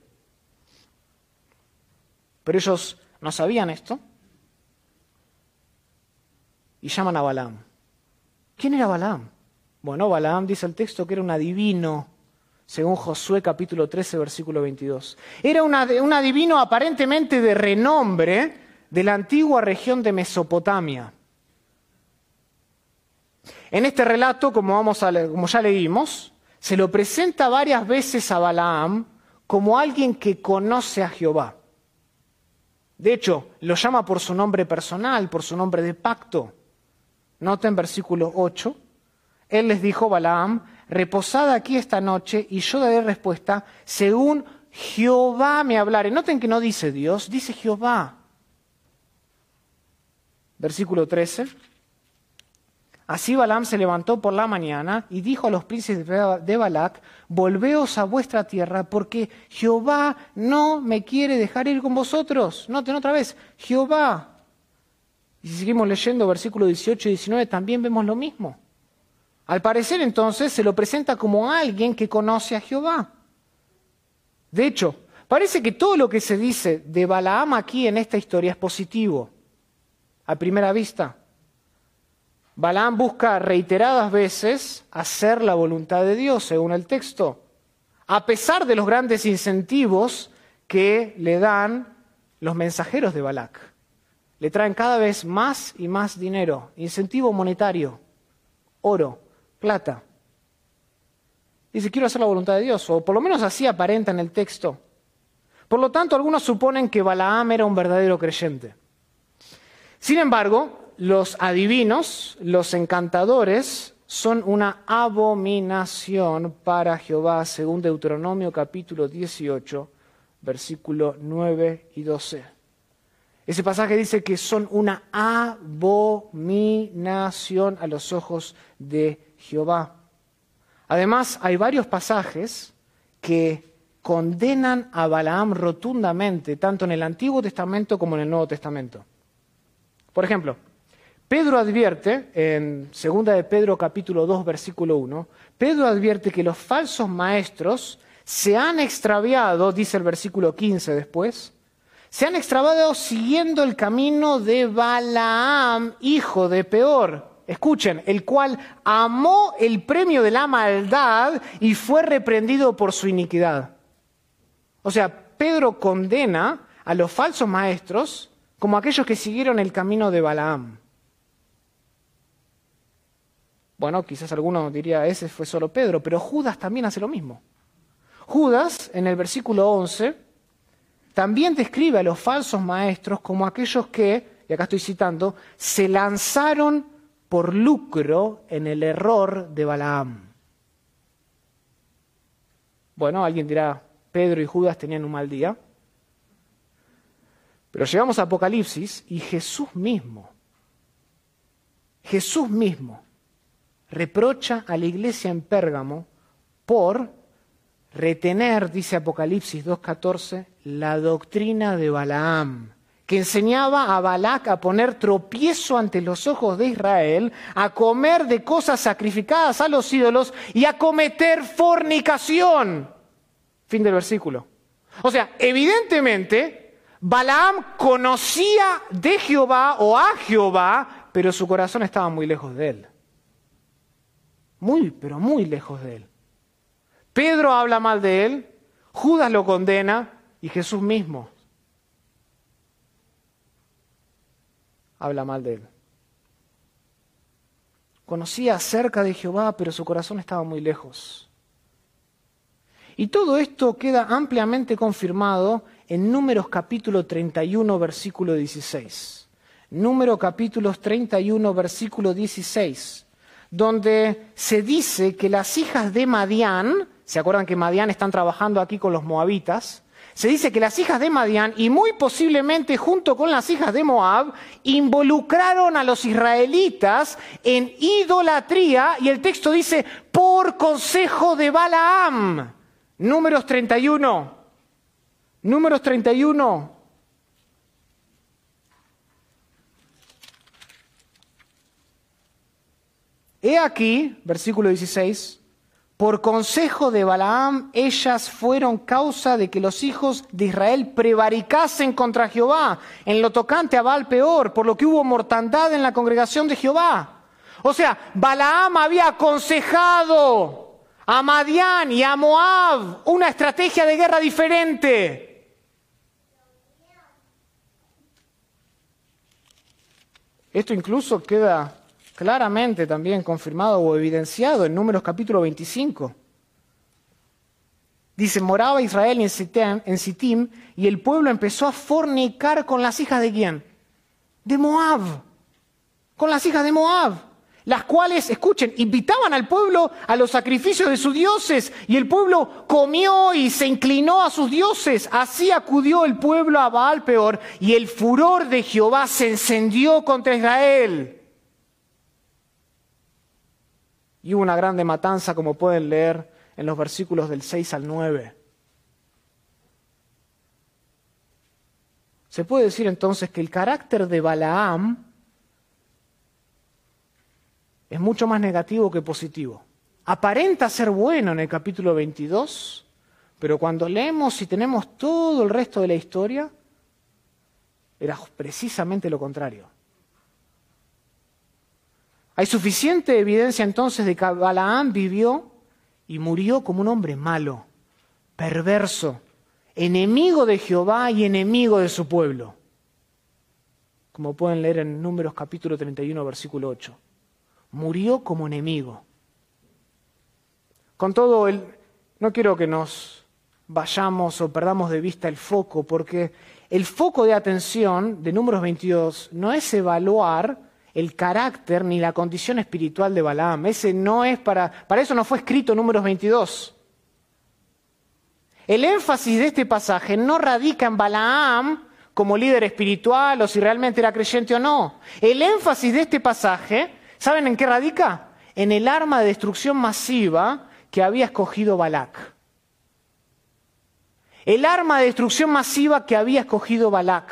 Pero ellos no sabían esto y llaman a Balaam. ¿Quién era Balaam? Bueno, Balaam dice el texto que era un adivino, según Josué capítulo trece, versículo veintidós. Era una, un adivino aparentemente de renombre de la antigua región de Mesopotamia. En este relato, como, vamos a leer, como ya leímos, se lo presenta varias veces a Balaam como alguien que conoce a Jehová. De hecho, lo llama por su nombre personal, por su nombre de pacto. Noten versículo ocho. Él les dijo, Balaam, reposad aquí esta noche y yo daré respuesta según Jehová me hablare. Noten que no dice Dios, dice Jehová. Versículo trece. Así Balaam se levantó por la mañana y dijo a los príncipes de Balac, volveos a vuestra tierra porque Jehová no me quiere dejar ir con vosotros. Noten otra vez, Jehová. Y si seguimos leyendo versículo dieciocho y diecinueve también vemos lo mismo. Al parecer entonces se lo presenta como alguien que conoce a Jehová. De hecho, parece que todo lo que se dice de Balaam aquí en esta historia es positivo. A primera vista, Balaam busca reiteradas veces hacer la voluntad de Dios, según el texto, a pesar de los grandes incentivos que le dan los mensajeros de Balac. Le traen cada vez más y más dinero, incentivo monetario, oro, plata. Dice, quiero hacer la voluntad de Dios, o por lo menos así aparenta en el texto. Por lo tanto, algunos suponen que Balaam era un verdadero creyente. Sin embargo, los adivinos, los encantadores, son una abominación para Jehová, según Deuteronomio capítulo dieciocho, versículos nueve y doce. Ese pasaje dice que son una abominación a los ojos de Jehová. Además, hay varios pasajes que condenan a Balaam rotundamente, tanto en el Antiguo Testamento como en el Nuevo Testamento. Por ejemplo, Pedro advierte, en segunda de Pedro capítulo dos, versículo uno, Pedro advierte que los falsos maestros se han extraviado, dice el versículo quince después, se han extraviado siguiendo el camino de Balaam, hijo de Peor. Escuchen, el cual amó el premio de la maldad y fue reprendido por su iniquidad. O sea, Pedro condena a los falsos maestros como aquellos que siguieron el camino de Balaam. Bueno, quizás alguno diría, ese fue solo Pedro, pero Judas también hace lo mismo. Judas, en el versículo once, también describe a los falsos maestros como aquellos que, y acá estoy citando, se lanzaron por lucro en el error de Balaam. Bueno, alguien dirá, Pedro y Judas tenían un mal día. Pero llegamos a Apocalipsis y Jesús mismo, Jesús mismo, reprocha a la iglesia en Pérgamo por retener, dice Apocalipsis dos catorce, la doctrina de Balaam, que enseñaba a Balac a poner tropiezo ante los ojos de Israel, a comer de cosas sacrificadas a los ídolos y a cometer fornicación. Fin del versículo. O sea, evidentemente, Balaam conocía de Jehová o a Jehová, pero su corazón estaba muy lejos de él. Muy, pero muy lejos de él. Pedro habla mal de él, Judas lo condena y Jesús mismo habla mal de él. Conocía acerca de Jehová, pero su corazón estaba muy lejos. Y todo esto queda ampliamente confirmado en Números capítulo treinta y uno, versículo dieciséis. Números capítulos treinta y uno, versículo dieciséis, donde se dice que las hijas de Madián, ¿se acuerdan que Madián están trabajando aquí con los moabitas? Se dice que las hijas de Madián, y muy posiblemente junto con las hijas de Moab, involucraron a los israelitas en idolatría, y el texto dice, por consejo de Balaam. Números treinta y uno. Números treinta y uno. He aquí, versículo dieciséis, por consejo de Balaam, ellas fueron causa de que los hijos de Israel prevaricasen contra Jehová en lo tocante a Baal peor, por lo que hubo mortandad en la congregación de Jehová. O sea, Balaam había aconsejado a Madián y a Moab una estrategia de guerra diferente. Esto incluso queda claramente también confirmado o evidenciado en Números capítulo veinticinco. Dice, moraba Israel en Sitim, en Sitim y el pueblo empezó a fornicar con las hijas de ¿quién? De Moab. Con las hijas de Moab. Las cuales, escuchen, invitaban al pueblo a los sacrificios de sus dioses y el pueblo comió y se inclinó a sus dioses. Así acudió el pueblo a Baal peor y el furor de Jehová se encendió contra Israel. Y hubo una grande matanza, como pueden leer en los versículos del seis al nueve. Se puede decir entonces que el carácter de Balaam es mucho más negativo que positivo. Aparenta ser bueno en el capítulo veintidós, pero cuando leemos y tenemos todo el resto de la historia, era precisamente lo contrario. Hay suficiente evidencia entonces de que Balaam vivió y murió como un hombre malo, perverso, enemigo de Jehová y enemigo de su pueblo. Como pueden leer en Números capítulo treinta y uno, versículo ocho. Murió como enemigo. Con todo, el, no quiero que nos vayamos o perdamos de vista el foco, porque el foco de atención de Números veintidós no es evaluar el carácter ni la condición espiritual de Balaam. Ese no es para, para eso no fue escrito Números veintidós. El énfasis de este pasaje no radica en Balaam como líder espiritual o si realmente era creyente o no. El énfasis de este pasaje, ¿saben en qué radica? En el arma de destrucción masiva que había escogido Balac. El arma de destrucción masiva que había escogido Balac.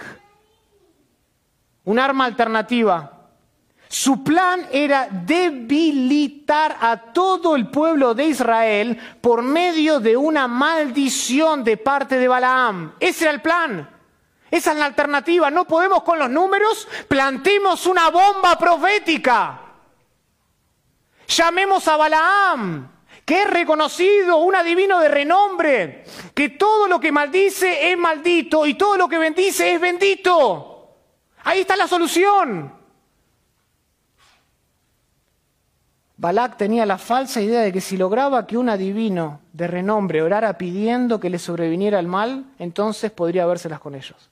Un arma alternativa. Su plan era debilitar a todo el pueblo de Israel por medio de una maldición de parte de Balaam. Ese era el plan. Esa es la alternativa. No podemos con los números, plantemos una bomba profética. Llamemos a Balaam, que es reconocido, un adivino de renombre, que todo lo que maldice es maldito y todo lo que bendice es bendito. Ahí está la solución. Balac tenía la falsa idea de que si lograba que un adivino de renombre orara pidiendo que le sobreviniera el mal, entonces podría vérselas con ellos.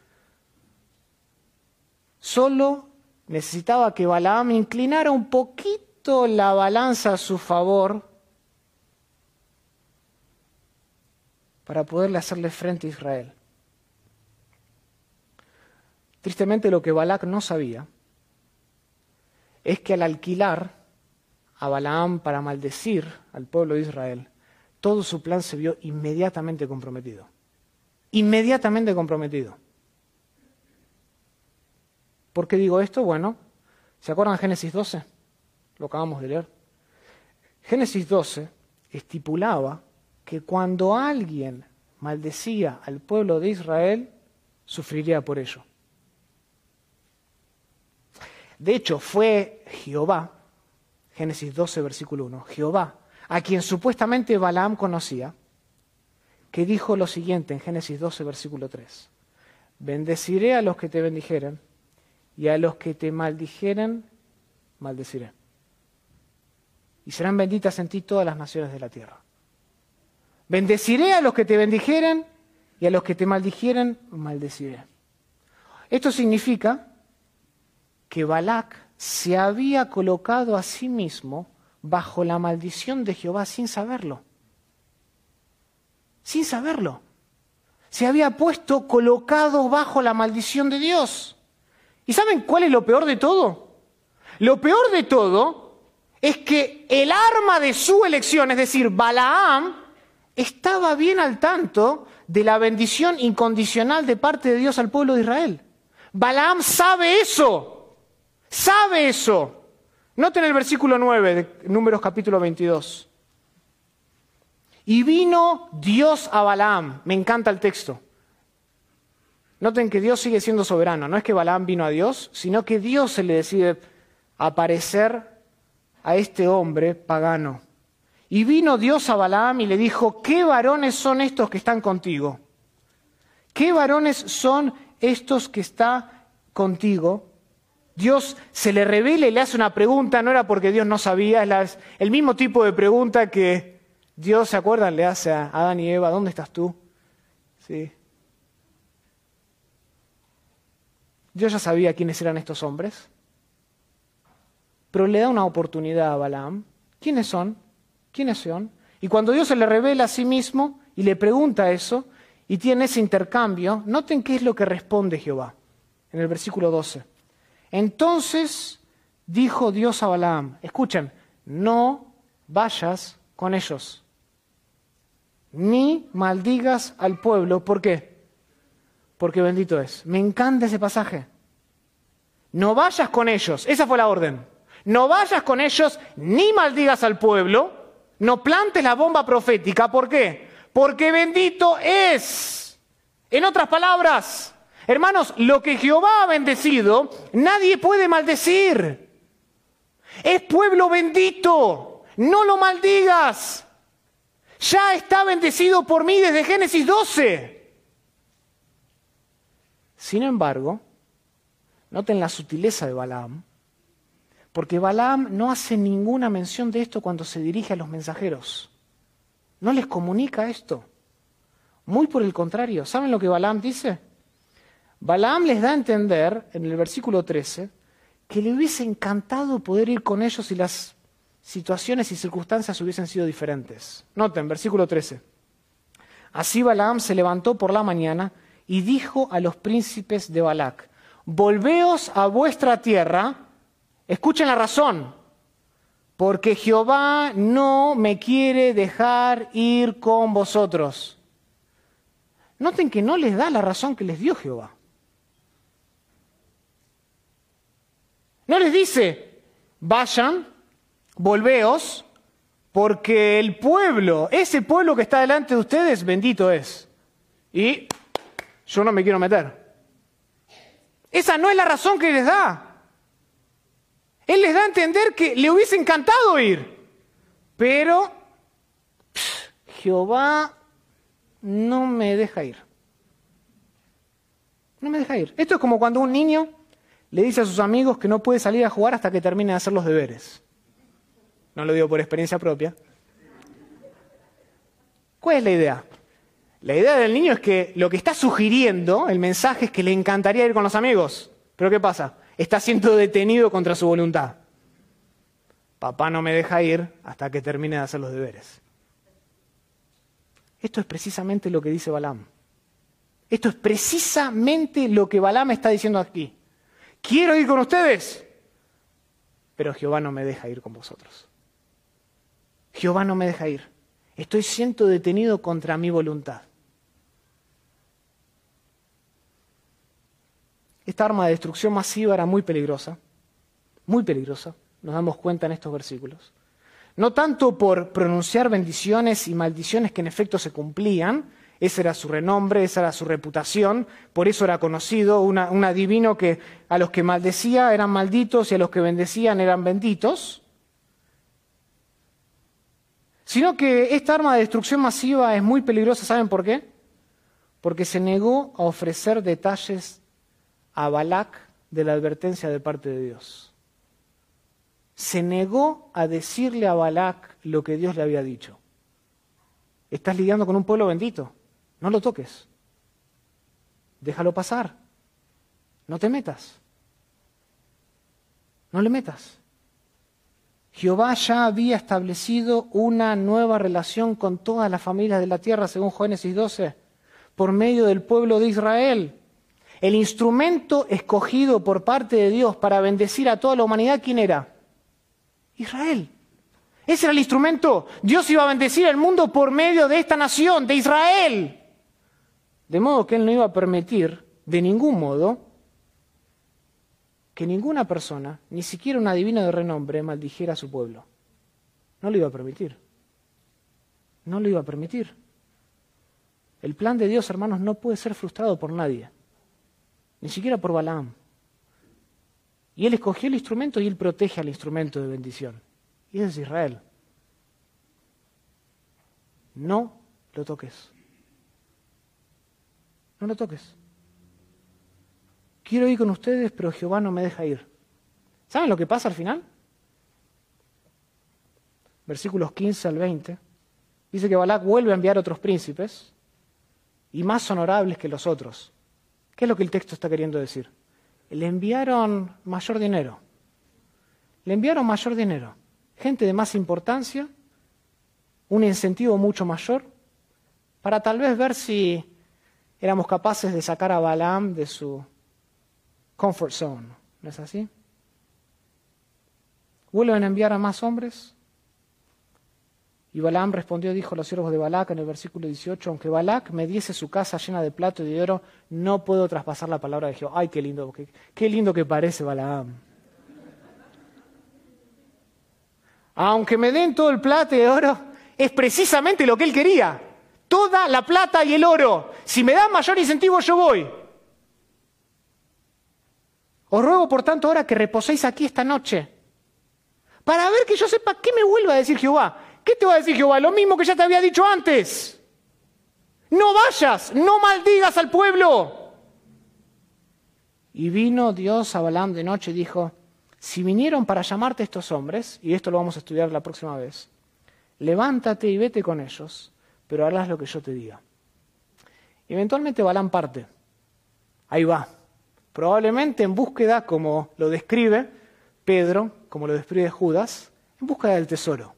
Solo necesitaba que Balaam inclinara un poquito la balanza a su favor para poderle hacerle frente a Israel. Tristemente, lo que Balac no sabía es que al alquilar a Balaam para maldecir al pueblo de Israel, todo su plan se vio inmediatamente comprometido. Inmediatamente comprometido. ¿Por qué digo esto? Bueno, ¿se acuerdan Génesis doce? Lo acabamos de leer. Génesis doce estipulaba que cuando alguien maldecía al pueblo de Israel, sufriría por ello. De hecho, fue Jehová, Génesis doce, versículo uno, Jehová, a quien supuestamente Balaam conocía, que dijo lo siguiente en Génesis doce, versículo tres. Bendeciré a los que te bendijeren, y a los que te maldijeren, maldeciré. Y serán benditas en ti todas las naciones de la tierra. Bendeciré a los que te bendijeren, y a los que te maldijeren, maldeciré. Esto significa que Balac se había colocado a sí mismo bajo la maldición de Jehová sin saberlo. Sin saberlo. Se había puesto colocado bajo la maldición de Dios. ¿Y saben cuál es lo peor de todo? Lo peor de todo es que el arma de su elección, es decir, Balaam, estaba bien al tanto de la bendición incondicional de parte de Dios al pueblo de Israel. Balaam sabe eso, sabe eso. Noten el versículo nueve de Números capítulo veintidós. Y vino Dios a Balaam. Me encanta el texto. Noten que Dios sigue siendo soberano. No es que Balaam vino a Dios, sino que Dios se le decide aparecer a este hombre pagano. Y vino Dios a Balaam y le dijo, ¿qué varones son estos que están contigo? ¿Qué varones son estos que están contigo? Dios se le revela y le hace una pregunta, no era porque Dios no sabía, es la, el mismo tipo de pregunta que Dios, ¿se acuerdan? Le hace a Adán y Eva, ¿dónde estás tú? Sí. Dios ya sabía quiénes eran estos hombres, pero le da una oportunidad a Balaam. ¿Quiénes son? ¿Quiénes son? Y cuando Dios se le revela a sí mismo y le pregunta eso, y tiene ese intercambio, noten qué es lo que responde Jehová, en el versículo doce. Entonces dijo Dios a Balaam, escuchen, no vayas con ellos, ni maldigas al pueblo. ¿Por qué? Porque bendito es. Me encanta ese pasaje. No vayas con ellos, esa fue la orden. No vayas con ellos, ni maldigas al pueblo, no plantes la bomba profética. ¿Por qué? Porque bendito es. En otras palabras, hermanos, lo que Jehová ha bendecido, nadie puede maldecir. Es pueblo bendito, no lo maldigas. Ya está bendecido por mí desde Génesis doce. Sin embargo, noten la sutileza de Balaam, porque Balaam no hace ninguna mención de esto cuando se dirige a los mensajeros. No les comunica esto. Muy por el contrario, ¿saben lo que Balaam dice? Balaam les da a entender, en el versículo trece, que le hubiese encantado poder ir con ellos si las situaciones y circunstancias hubiesen sido diferentes. Noten, versículo trece. Así Balaam se levantó por la mañana y dijo a los príncipes de Balac, volveos a vuestra tierra, escuchen la razón, porque Jehová no me quiere dejar ir con vosotros. Noten que no les da la razón que les dio Jehová. No les dice, vayan, volveos, porque el pueblo, ese pueblo que está delante de ustedes, bendito es. Y yo no me quiero meter. Esa no es la razón que les da. Él les da a entender que le hubiese encantado ir. Pero pff, Jehová no me deja ir. No me deja ir. Esto es como cuando un niño le dice a sus amigos que no puede salir a jugar hasta que termine de hacer los deberes. No lo digo por experiencia propia. ¿Cuál es la idea? La idea del niño es que lo que está sugiriendo, el mensaje es que le encantaría ir con los amigos. Pero ¿qué pasa? Está siendo detenido contra su voluntad. Papá no me deja ir hasta que termine de hacer los deberes. Esto es precisamente lo que dice Balaam. Esto es precisamente lo que Balaam está diciendo aquí. Quiero ir con ustedes, pero Jehová no me deja ir con vosotros. Jehová no me deja ir. Estoy siendo detenido contra mi voluntad. Esta arma de destrucción masiva era muy peligrosa, muy peligrosa, nos damos cuenta en estos versículos. No tanto por pronunciar bendiciones y maldiciones que en efecto se cumplían, Ese era su renombre, esa era su reputación, por eso era conocido, una, un adivino que a los que maldecía eran malditos y a los que bendecían eran benditos. Sino que esta arma de destrucción masiva es muy peligrosa, ¿saben por qué? Porque se negó a ofrecer detalles a Balac de la advertencia de parte de Dios. Se negó a decirle a Balac lo que Dios le había dicho. Estás lidiando con un pueblo bendito. No lo toques. Déjalo pasar. No te metas. No le metas. Jehová ya había establecido una nueva relación con todas las familias de la tierra, según Génesis doce, por medio del pueblo de Israel. El instrumento escogido por parte de Dios para bendecir a toda la humanidad, ¿quién era? Israel. Ese era el instrumento. Dios iba a bendecir el mundo por medio de esta nación, de Israel. De modo que Él no iba a permitir, de ningún modo, que ninguna persona, ni siquiera un adivino de renombre, maldijera a su pueblo. No lo iba a permitir. No lo iba a permitir. El plan de Dios, hermanos, no puede ser frustrado por nadie, ni siquiera por Balaam. Y Él escogió el instrumento y Él protege al instrumento de bendición. Y ese es Israel. No lo toques. No lo toques. Quiero ir con ustedes, pero Jehová no me deja ir. ¿Saben lo que pasa al final? Versículos quince al veinte. Dice que Balac vuelve a enviar otros príncipes y más honorables que los otros. ¿Qué es lo que el texto está queriendo decir? Le enviaron mayor dinero. Le enviaron mayor dinero. Gente de más importancia, un incentivo mucho mayor, para tal vez ver si éramos capaces de sacar a Balaam de su comfort zone. ¿No es así? Vuelven a enviar a más hombres. Y Balaam respondió, dijo a los siervos de Balac en el versículo dieciocho, aunque Balac me diese su casa llena de plata y de oro, no puedo traspasar la palabra de Jehová. Ay, qué lindo, qué, qué lindo que parece Balaam. Aunque me den todo el plata y el oro, es precisamente lo que él quería. Toda la plata y el oro. Si me dan mayor incentivo, yo voy. Os ruego, por tanto, ahora que reposéis aquí esta noche, para ver que yo sepa qué me vuelva a decir Jehová. ¿Qué te va a decir Jehová? Lo mismo que ya te había dicho antes. No vayas, no maldigas al pueblo. Y vino Dios a Balaam de noche y dijo, si vinieron para llamarte estos hombres, y esto lo vamos a estudiar la próxima vez, levántate y vete con ellos, pero harás lo que yo te diga. Y eventualmente Balaam parte. Ahí va. Probablemente en búsqueda, como lo describe Pedro, como lo describe Judas, en búsqueda del tesoro.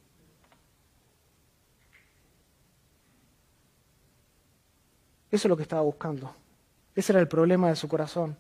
Eso es lo que estaba buscando. Ese era el problema de su corazón.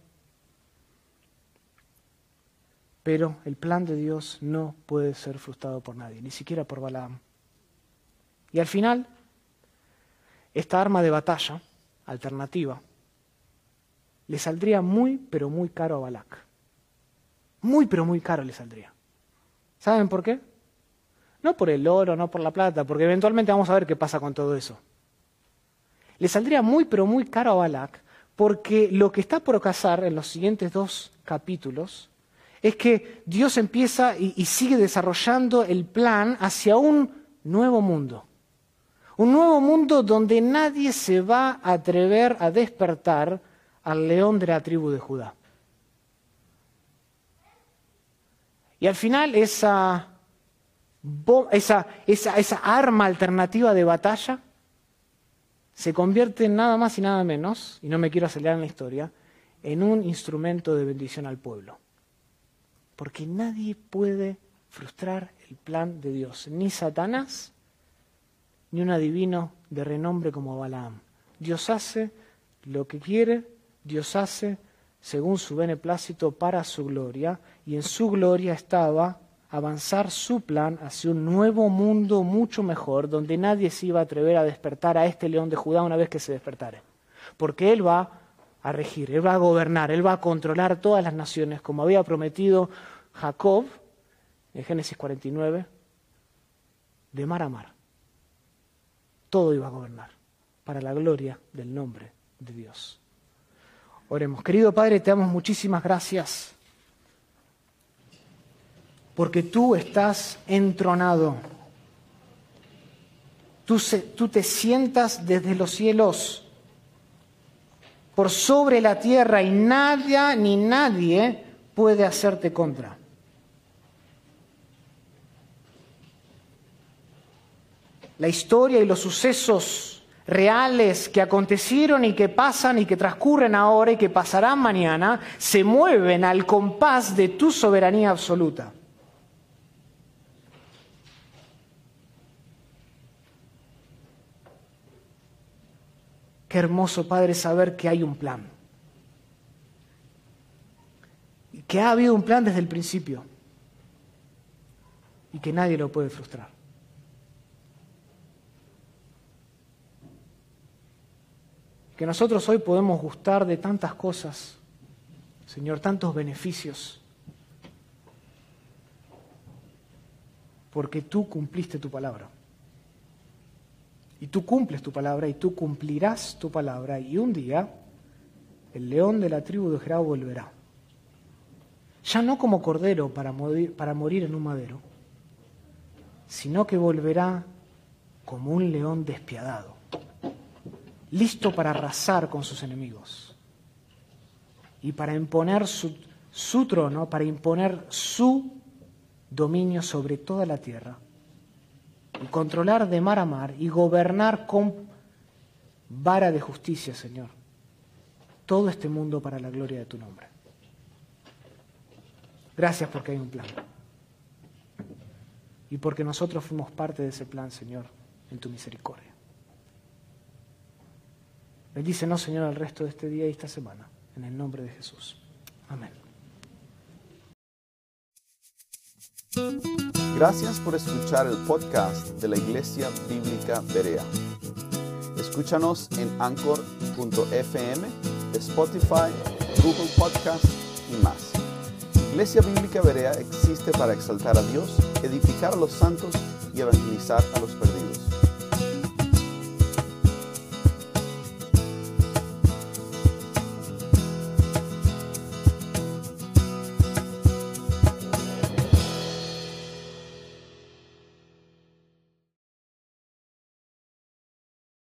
Pero el plan de Dios no puede ser frustrado por nadie, ni siquiera por Balaam. Y al final, esta arma de batalla, alternativa, le saldría muy, pero muy caro a Balac. Muy, pero muy caro le saldría. ¿Saben por qué? No por el oro, no por la plata, porque eventualmente vamos a ver qué pasa con todo eso. Le saldría muy, pero muy caro a Balac, porque lo que está por pasar en los siguientes dos capítulos es que Dios empieza y, y sigue desarrollando el plan hacia un nuevo mundo. Un nuevo mundo donde nadie se va a atrever a despertar al león de la tribu de Judá. Y al final esa, esa, esa, esa arma alternativa de batalla se convierte en nada más y nada menos, y no me quiero acelerar en la historia, en un instrumento de bendición al pueblo. Porque nadie puede frustrar el plan de Dios, ni Satanás, ni un adivino de renombre como Balaam. Dios hace lo que quiere, Dios hace según su beneplácito para su gloria, y en su gloria estaba avanzar su plan hacia un nuevo mundo mucho mejor, donde nadie se iba a atrever a despertar a este león de Judá una vez que se despertare. Porque Él va a regir, Él va a gobernar, Él va a controlar todas las naciones, como había prometido Jacob, en Génesis cuarenta y nueve, de mar a mar. Todo iba a gobernar. para la gloria del nombre de Dios. Oremos. Querido Padre, te damos muchísimas gracias porque tú estás entronado. Tú, se, tú te sientas desde los cielos por sobre la tierra y nadie ni nadie puede hacerte contra. La historia y los sucesos reales que acontecieron y que pasan y que transcurren ahora y que pasarán mañana se mueven al compás de tu soberanía absoluta. Qué hermoso, Padre, saber que hay un plan. Y que ha habido un plan desde el principio. Y que nadie lo puede frustrar. Que nosotros hoy podemos gustar de tantas cosas, Señor, tantos beneficios. Porque tú cumpliste tu palabra. Y tú cumples tu palabra y tú cumplirás tu palabra. Y un día el león de la tribu de Judá volverá. Ya no como cordero para morir, para morir en un madero, sino que volverá como un león despiadado, listo para arrasar con sus enemigos y para imponer su, su trono, para imponer su dominio sobre toda la tierra. Y controlar de mar a mar y gobernar con vara de justicia, Señor, todo este mundo para la gloria de tu nombre. Gracias porque hay un plan. Y porque nosotros fuimos parte de ese plan, Señor, en tu misericordia. Bendícenos, Señor, el resto de este día y esta semana, en el nombre de Jesús. Amén. Gracias por escuchar el podcast de la Iglesia Bíblica Berea. Escúchanos en anchor punto f m, Spotify, Google Podcast y más. Iglesia Bíblica Berea existe para exaltar a Dios, edificar a los santos y evangelizar a los perdidos.